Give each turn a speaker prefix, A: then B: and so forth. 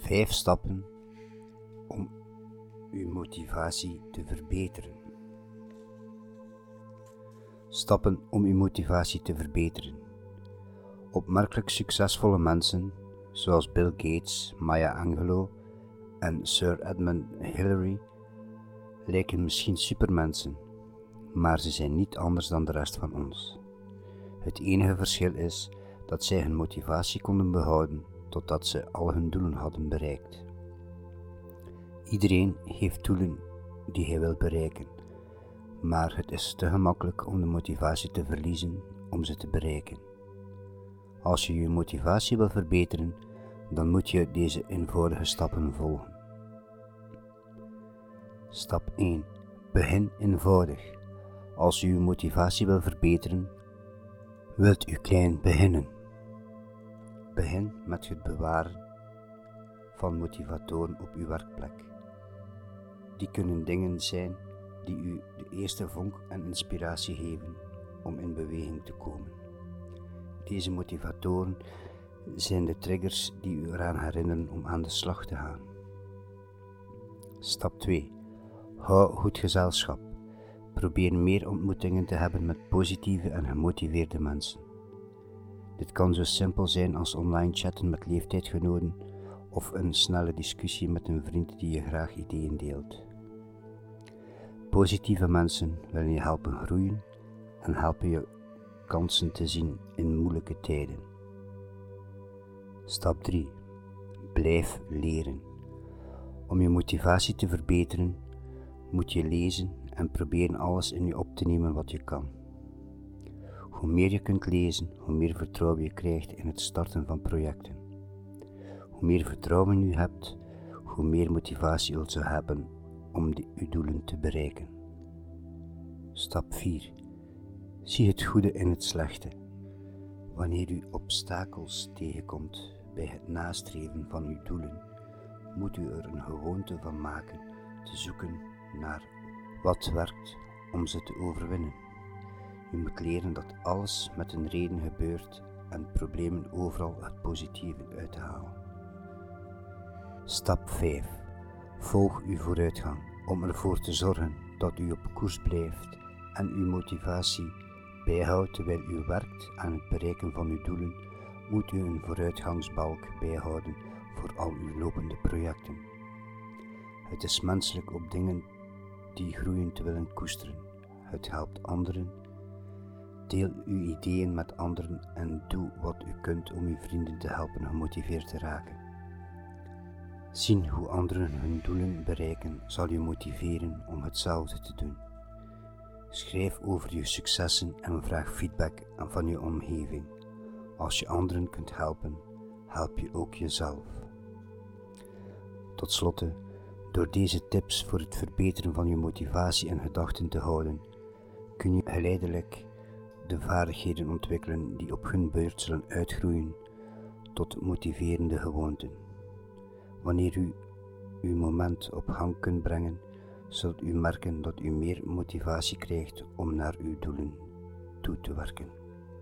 A: 5 stappen om uw motivatie te verbeteren. Stappen om uw motivatie te verbeteren. Opmerkelijk succesvolle mensen, zoals Bill Gates, Maya Angelou en Sir Edmund Hillary, lijken misschien supermensen, maar ze zijn niet anders dan de rest van ons. Het enige verschil is dat zij hun motivatie konden behouden totdat ze al hun doelen hadden bereikt. Iedereen heeft doelen die hij wil bereiken, maar het is te gemakkelijk om de motivatie te verliezen om ze te bereiken. Als je je motivatie wil verbeteren, dan moet je deze eenvoudige stappen volgen. Stap 1. Begin eenvoudig. Als u uw motivatie wil verbeteren, wilt u klein beginnen. Begin met het bewaren van motivatoren op uw werkplek. Die kunnen dingen zijn die u de eerste vonk en inspiratie geven om in beweging te komen. Deze motivatoren zijn de triggers die u eraan herinneren om aan de slag te gaan. Stap 2. Hou goed gezelschap. Probeer meer ontmoetingen te hebben met positieve en gemotiveerde mensen. Dit kan zo simpel zijn als online chatten met leeftijdgenoten of een snelle discussie met een vriend die je graag ideeën deelt. Positieve mensen willen je helpen groeien en helpen je kansen te zien in moeilijke tijden. Stap 3. Blijf leren. Om je motivatie te verbeteren, moet je lezen en proberen alles in je op te nemen wat je kan. Hoe meer je kunt lezen, hoe meer vertrouwen je krijgt in het starten van projecten. Hoe meer vertrouwen je hebt, hoe meer motivatie je zult hebben om uw doelen te bereiken. Stap 4. Zie het goede in het slechte. Wanneer u obstakels tegenkomt bij het nastreven van uw doelen, moet u er een gewoonte van maken te zoeken naar wat werkt om ze te overwinnen. U moet leren dat alles met een reden gebeurt en problemen overal het positieve uit te halen. Stap 5. Volg uw vooruitgang om ervoor te zorgen dat u op koers blijft en uw motivatie bijhoudt terwijl u werkt aan het bereiken van uw doelen. Moet u een vooruitgangsbalk bijhouden voor al uw lopende projecten. Het is menselijk op dingen die groeien te willen koesteren. Het helpt anderen. Deel uw ideeën met anderen en doe wat u kunt om uw vrienden te helpen gemotiveerd te raken. Zien hoe anderen hun doelen bereiken zal je motiveren om hetzelfde te doen. Schrijf over je successen en vraag feedback van je omgeving. Als je anderen kunt helpen, help je ook jezelf. Tot slot, door deze tips voor het verbeteren van je motivatie en gedachten te houden, kun je geleidelijk de vaardigheden ontwikkelen die op hun beurt zullen uitgroeien tot motiverende gewoonten. Wanneer u uw moment op gang kunt brengen, zult u merken dat u meer motivatie krijgt om naar uw doelen toe te werken.